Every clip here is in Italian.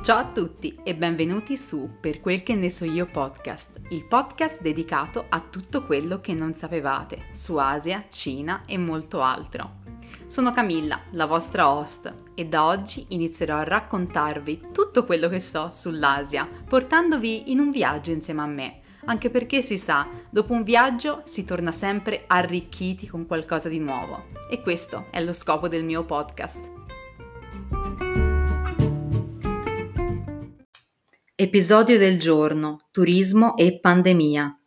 Ciao a tutti e benvenuti su Per quel che ne so io podcast, il podcast dedicato a tutto quello che non sapevate su Asia, Cina e molto altro. Sono Camilla, la vostra host, e da oggi inizierò a raccontarvi tutto quello che so sull'Asia, portandovi in un viaggio insieme a me, anche perché si sa, dopo un viaggio si torna sempre arricchiti con qualcosa di nuovo. E questo è lo scopo del mio podcast. Episodio del giorno: turismo e pandemia.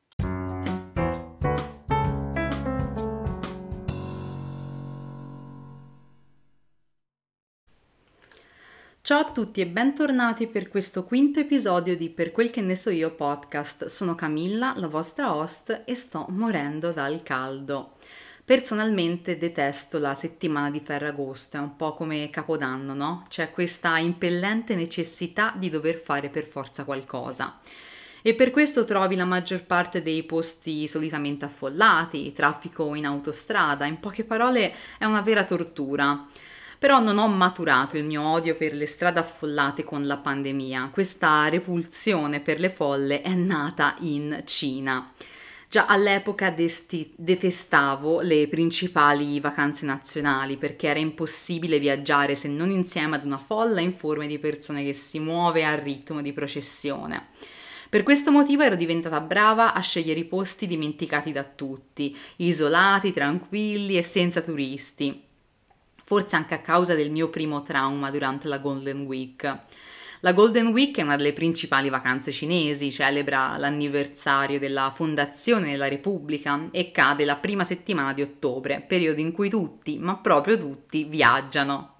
Ciao a tutti e bentornati per questo quinto episodio di Per quel che ne so io podcast. Sono Camilla, la vostra host, e sto morendo dal caldo. Personalmente detesto la settimana di Ferragosto, è un po' come Capodanno, no? C'è questa impellente necessità di dover fare per forza qualcosa. E per questo trovi la maggior parte dei posti solitamente affollati, traffico in autostrada, in poche parole è una vera tortura. Però non ho maturato il mio odio per le strade affollate con la pandemia. Questa repulsione per le folle è nata in Cina. Già all'epoca detestavo le principali vacanze nazionali perché era impossibile viaggiare se non insieme ad una folla informe di persone che si muove al ritmo di processione. Per questo motivo ero diventata brava a scegliere i posti dimenticati da tutti, isolati, tranquilli e senza turisti. Forse anche a causa del mio primo trauma durante la Golden Week. La Golden Week è una delle principali vacanze cinesi, celebra l'anniversario della fondazione della Repubblica e cade la prima settimana di ottobre, periodo in cui tutti, ma proprio tutti, viaggiano.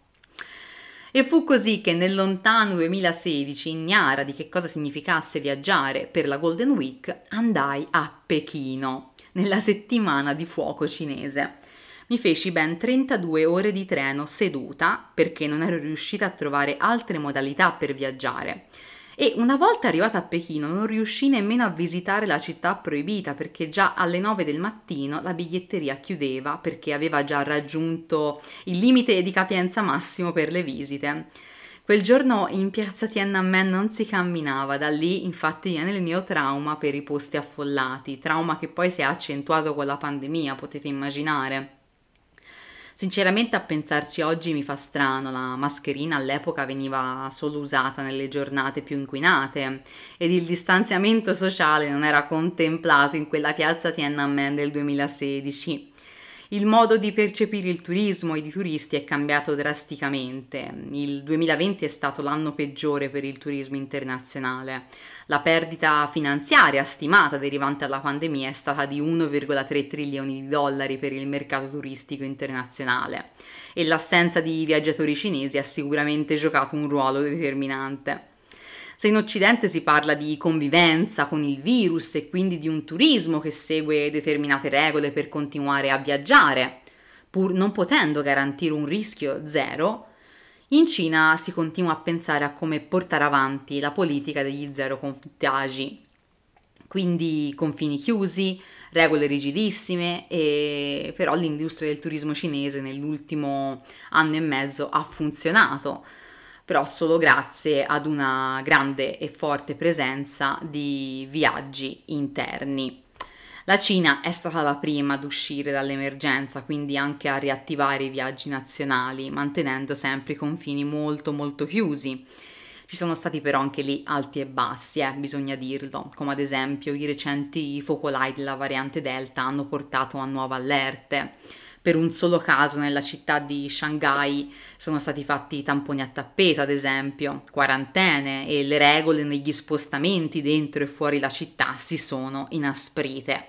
E fu così che nel lontano 2016, ignara di che cosa significasse viaggiare per la Golden Week, andai a Pechino, nella settimana di fuoco cinese. Mi feci ben 32 ore di treno seduta perché non ero riuscita a trovare altre modalità per viaggiare. E una volta arrivata a Pechino non riuscii nemmeno a visitare la città proibita perché già alle 9 del mattino la biglietteria chiudeva perché aveva già raggiunto il limite di capienza massimo per le visite. Quel giorno in piazza Tiananmen non si camminava, da lì infatti viene il mio trauma per i posti affollati, trauma che poi si è accentuato con la pandemia, potete immaginare. Sinceramente a pensarci oggi mi fa strano, la mascherina all'epoca veniva solo usata nelle giornate più inquinate ed il distanziamento sociale non era contemplato in quella piazza Tiananmen del 2016. Il modo di percepire il turismo e i turisti è cambiato drasticamente. Il 2020 è stato l'anno peggiore per il turismo internazionale. La perdita finanziaria stimata derivante dalla pandemia è stata di 1,3 trilioni di dollari per il mercato turistico internazionale e l'assenza di viaggiatori cinesi ha sicuramente giocato un ruolo determinante. Se in Occidente si parla di convivenza con il virus e quindi di un turismo che segue determinate regole per continuare a viaggiare, pur non potendo garantire un rischio zero, in Cina si continua a pensare a come portare avanti la politica degli zero contagi. Quindi confini chiusi, regole rigidissime, e però l'industria del turismo cinese nell'ultimo anno e mezzo ha funzionato, però solo grazie ad una grande e forte presenza di viaggi interni. La Cina è stata la prima ad uscire dall'emergenza, quindi anche a riattivare i viaggi nazionali, mantenendo sempre i confini molto molto chiusi. Ci sono stati però anche lì alti e bassi, bisogna dirlo, come ad esempio i recenti focolai della variante Delta hanno portato a nuove allerte. Per un solo caso nella città di Shanghai sono stati fatti tamponi a tappeto, ad esempio, quarantene, e le regole negli spostamenti dentro e fuori la città si sono inasprite.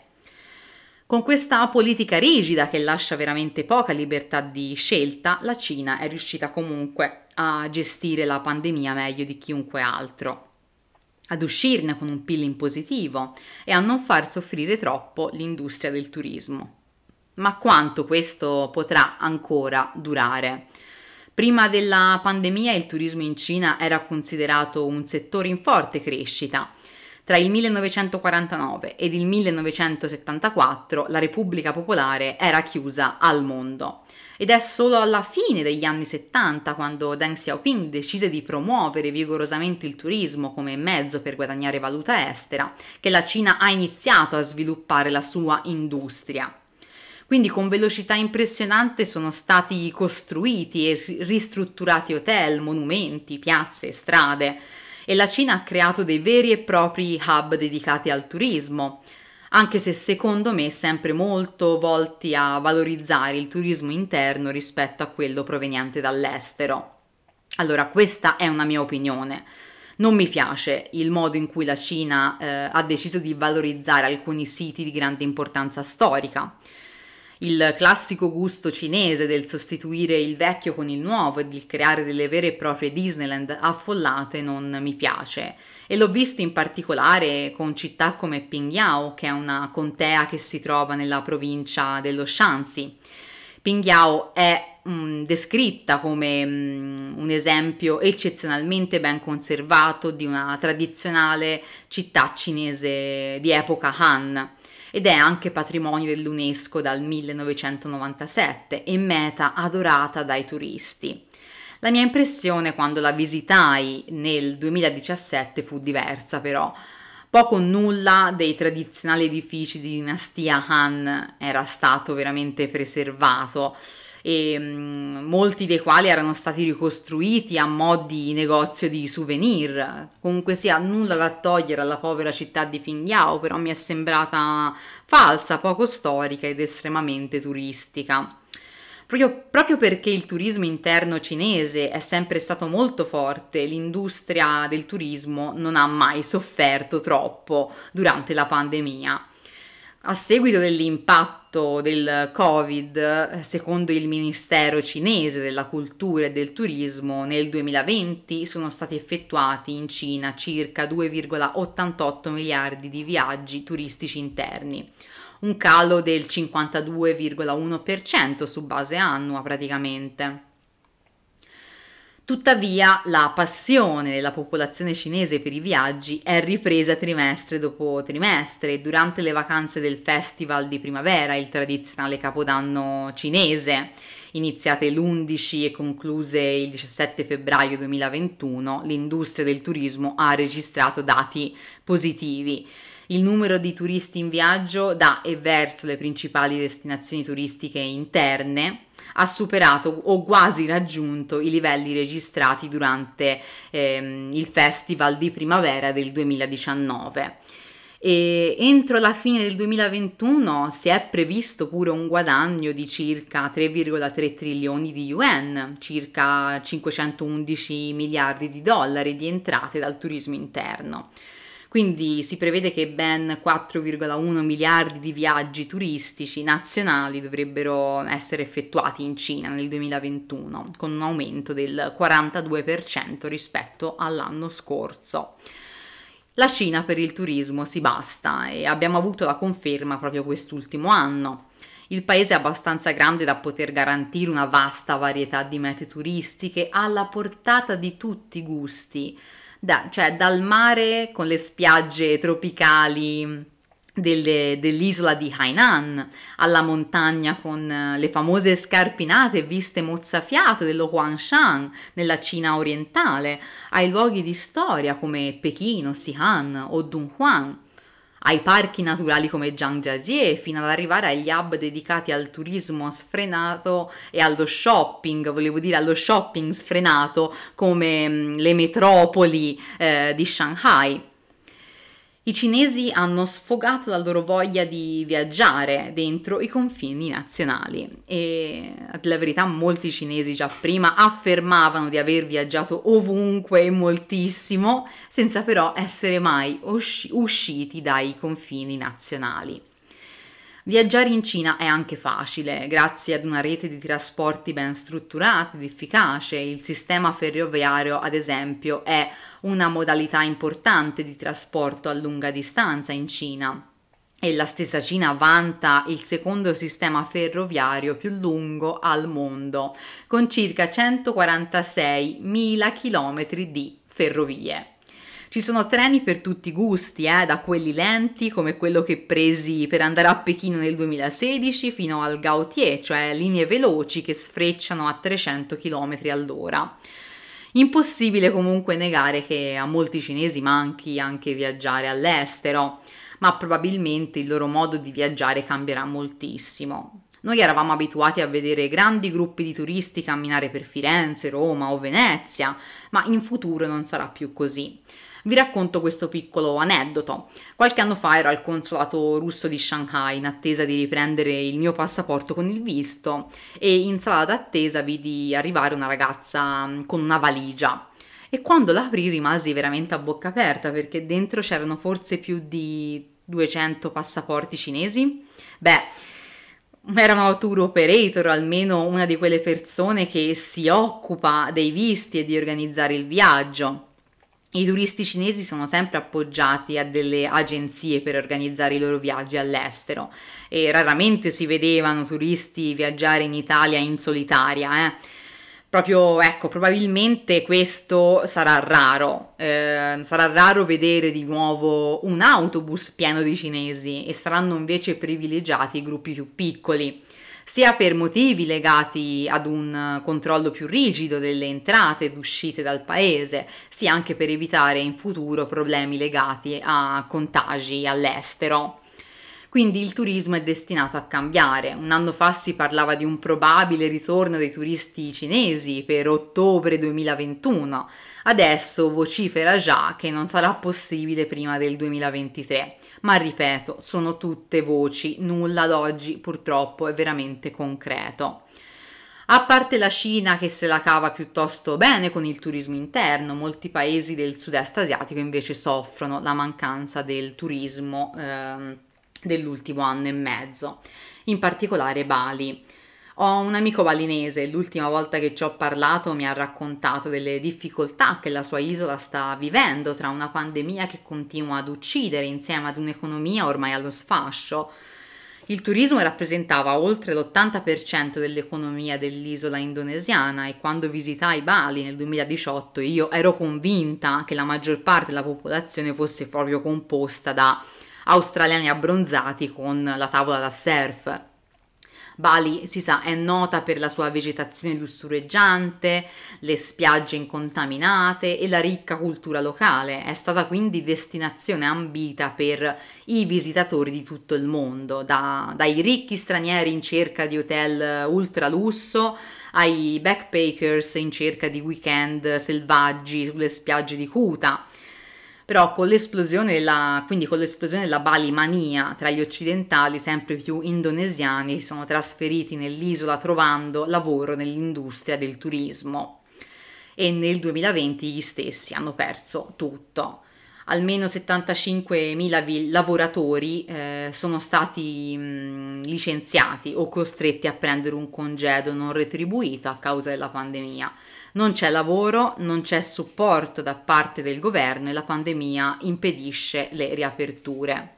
Con questa politica rigida che lascia veramente poca libertà di scelta, la Cina è riuscita comunque a gestire la pandemia meglio di chiunque altro, ad uscirne con un PIL in positivo e a non far soffrire troppo l'industria del turismo. Ma quanto questo potrà ancora durare? Prima della pandemia il turismo in Cina era considerato un settore in forte crescita. Tra il 1949 ed il 1974 la Repubblica Popolare era chiusa al mondo. Ed è solo alla fine degli anni 70, quando Deng Xiaoping decise di promuovere vigorosamente il turismo come mezzo per guadagnare valuta estera, che la Cina ha iniziato a sviluppare la sua industria. Quindi con velocità impressionante sono stati costruiti e ristrutturati hotel, monumenti, piazze, strade, e la Cina ha creato dei veri e propri hub dedicati al turismo, anche se secondo me sempre molto volti a valorizzare il turismo interno rispetto a quello proveniente dall'estero. Allora, questa è una mia opinione. Non mi piace il modo in cui la Cina ha deciso di valorizzare alcuni siti di grande importanza storica. Il classico gusto cinese del sostituire il vecchio con il nuovo e di creare delle vere e proprie Disneyland affollate non mi piace, e l'ho visto in particolare con città come Pingyao, che è una contea che si trova nella provincia dello Shanxi. Pingyao è descritta come un esempio eccezionalmente ben conservato di una tradizionale città cinese di epoca Han, ed è anche patrimonio dell'UNESCO dal 1997 e meta adorata dai turisti. La mia impressione quando la visitai nel 2017 fu diversa, però. Poco o nulla dei tradizionali edifici di dinastia Han era stato veramente preservato, e molti dei quali erano stati ricostruiti a mo' di negozio di souvenir. Comunque sia, nulla da togliere alla povera città di Pingyao, però mi è sembrata falsa, poco storica ed estremamente turistica. Proprio perché il turismo interno cinese è sempre stato molto forte, l'industria del turismo non ha mai sofferto troppo durante la pandemia. A seguito dell'impatto del Covid, secondo il Ministero cinese della Cultura e del Turismo, nel 2020 sono stati effettuati in Cina circa 2,88 miliardi di viaggi turistici interni, un calo del 52,1% su base annua praticamente. Tuttavia, la passione della popolazione cinese per i viaggi è ripresa trimestre dopo trimestre, e durante le vacanze del Festival di Primavera, il tradizionale capodanno cinese, iniziate l'11 e concluse il 17 febbraio 2021, l'industria del turismo ha registrato dati positivi. Il numero di turisti in viaggio da e verso le principali destinazioni turistiche interne ha superato o quasi raggiunto i livelli registrati durante il Festival di Primavera del 2019. E entro la fine del 2021 si è previsto pure un guadagno di circa 3,3 trilioni di yuan, circa 511 miliardi di dollari di entrate dal turismo interno. Quindi si prevede che ben 4,1 miliardi di viaggi turistici nazionali dovrebbero essere effettuati in Cina nel 2021, con un aumento del 42% rispetto all'anno scorso. La Cina per il turismo si basta, e abbiamo avuto la conferma proprio quest'ultimo anno. Il paese è abbastanza grande da poter garantire una vasta varietà di mete turistiche alla portata di tutti i gusti. Cioè dal mare con le spiagge tropicali dell'isola di Hainan, alla montagna con le famose scarpinate e viste mozzafiato dello Huangshan nella Cina orientale, ai luoghi di storia come Pechino, Xi'an o Dunhuang, ai parchi naturali come Zhangjiajie, fino ad arrivare agli hub dedicati al turismo sfrenato e allo shopping, volevo dire allo shopping sfrenato, come le metropoli di Shanghai. I cinesi hanno sfogato la loro voglia di viaggiare dentro i confini nazionali, e la verità molti cinesi già prima affermavano di aver viaggiato ovunque e moltissimo, senza però essere mai usciti dai confini nazionali. Viaggiare in Cina è anche facile, grazie ad una rete di trasporti ben strutturata ed efficace. Il sistema ferroviario, ad esempio, è una modalità importante di trasporto a lunga distanza in Cina, e la stessa Cina vanta il secondo sistema ferroviario più lungo al mondo, con circa 146.000 chilometri di ferrovie. Ci sono treni per tutti i gusti, da quelli lenti come quello che presi per andare a Pechino nel 2016 fino al Gautier, cioè linee veloci che sfrecciano a 300 km all'ora. Impossibile comunque negare che a molti cinesi manchi anche viaggiare all'estero, ma probabilmente il loro modo di viaggiare cambierà moltissimo. Noi eravamo abituati a vedere grandi gruppi di turisti camminare per Firenze, Roma o Venezia, ma in futuro non sarà più così. Vi racconto questo piccolo aneddoto. Qualche anno fa ero al consolato russo di Shanghai in attesa di riprendere il mio passaporto con il visto e in sala d'attesa vidi arrivare una ragazza con una valigia. E quando l'aprii rimasi veramente a bocca aperta perché dentro c'erano forse più di 200 passaporti cinesi. Beh, era una tour operator, almeno una di quelle persone che si occupa dei visti e di organizzare il viaggio. I turisti cinesi sono sempre appoggiati a delle agenzie per organizzare i loro viaggi all'estero e raramente si vedevano turisti viaggiare in Italia in solitaria. Proprio, ecco, probabilmente questo sarà raro vedere di nuovo un autobus pieno di cinesi e saranno invece privilegiati i gruppi più piccoli, sia per motivi legati ad un controllo più rigido delle entrate ed uscite dal paese, sia anche per evitare in futuro problemi legati a contagi all'estero. Quindi il turismo è destinato a cambiare. Un anno fa si parlava di un probabile ritorno dei turisti cinesi per ottobre 2021. Adesso vocifera già che non sarà possibile prima del 2023. Ma ripeto, sono tutte voci, nulla ad oggi purtroppo è veramente concreto. A parte la Cina che se la cava piuttosto bene con il turismo interno, molti paesi del sud-est asiatico invece soffrono la mancanza del turismo dell'ultimo anno e mezzo, in particolare Bali. Ho un amico balinese, l'ultima volta che ci ho parlato mi ha raccontato delle difficoltà che la sua isola sta vivendo tra una pandemia che continua ad uccidere insieme ad un'economia ormai allo sfascio. Il turismo rappresentava oltre l'80% dell'economia dell'isola indonesiana e quando visitai Bali nel 2018 io ero convinta che la maggior parte della popolazione fosse proprio composta da australiani abbronzati con la tavola da surf. Bali, si sa, è nota per la sua vegetazione lussureggiante, le spiagge incontaminate e la ricca cultura locale. È stata quindi destinazione ambita per i visitatori di tutto il mondo, dai ricchi stranieri in cerca di hotel ultra lusso ai backpackers in cerca di weekend selvaggi sulle spiagge di Kuta. Però quindi con l'esplosione della Bali mania tra gli occidentali, sempre più indonesiani si sono trasferiti nell'isola trovando lavoro nell'industria del turismo e nel 2020 gli stessi hanno perso tutto. Almeno 75.000 lavoratori sono stati licenziati o costretti a prendere un congedo non retribuito a causa della pandemia. Non c'è lavoro, non c'è supporto da parte del governo e la pandemia impedisce le riaperture.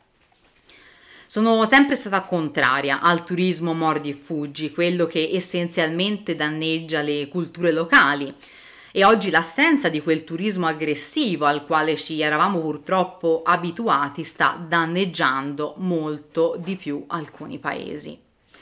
Sono sempre stata contraria al turismo mordi e fuggi, quello che essenzialmente danneggia le culture locali. E oggi l'assenza di quel turismo aggressivo al quale ci eravamo purtroppo abituati sta danneggiando molto di più alcuni paesi.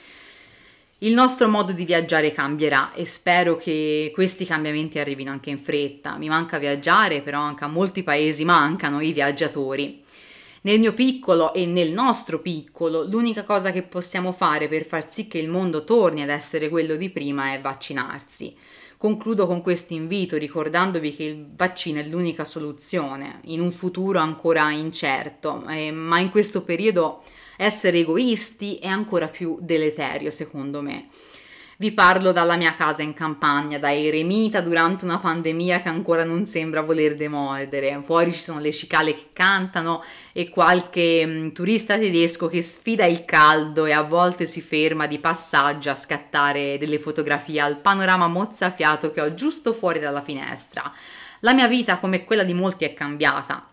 Il nostro modo di viaggiare cambierà e spero che questi cambiamenti arrivino anche in fretta. Mi manca viaggiare, però anche a molti paesi mancano i viaggiatori. Nel mio piccolo e nel nostro piccolo, l'unica cosa che possiamo fare per far sì che il mondo torni ad essere quello di prima è vaccinarsi. Concludo con questo invito ricordandovi che il vaccino è l'unica soluzione in un futuro ancora incerto, ma in questo periodo essere egoisti è ancora più deleterio secondo me. Vi parlo dalla mia casa in campagna, da eremita durante una pandemia che ancora non sembra voler demordere. Fuori ci sono le cicale che cantano e qualche turista tedesco che sfida il caldo e a volte si ferma di passaggio a scattare delle fotografie al panorama mozzafiato che ho giusto fuori dalla finestra. La mia vita, come quella di molti, è cambiata.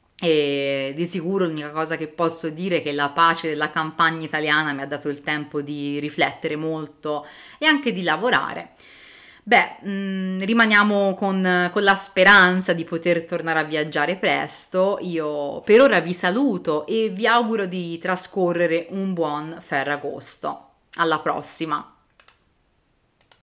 E di sicuro l'unica cosa che posso dire è che la pace della campagna italiana mi ha dato il tempo di riflettere molto e anche di lavorare. Beh, rimaniamo con la speranza di poter tornare a viaggiare presto. Io per ora vi saluto e vi auguro di trascorrere un buon Ferragosto. Alla prossima!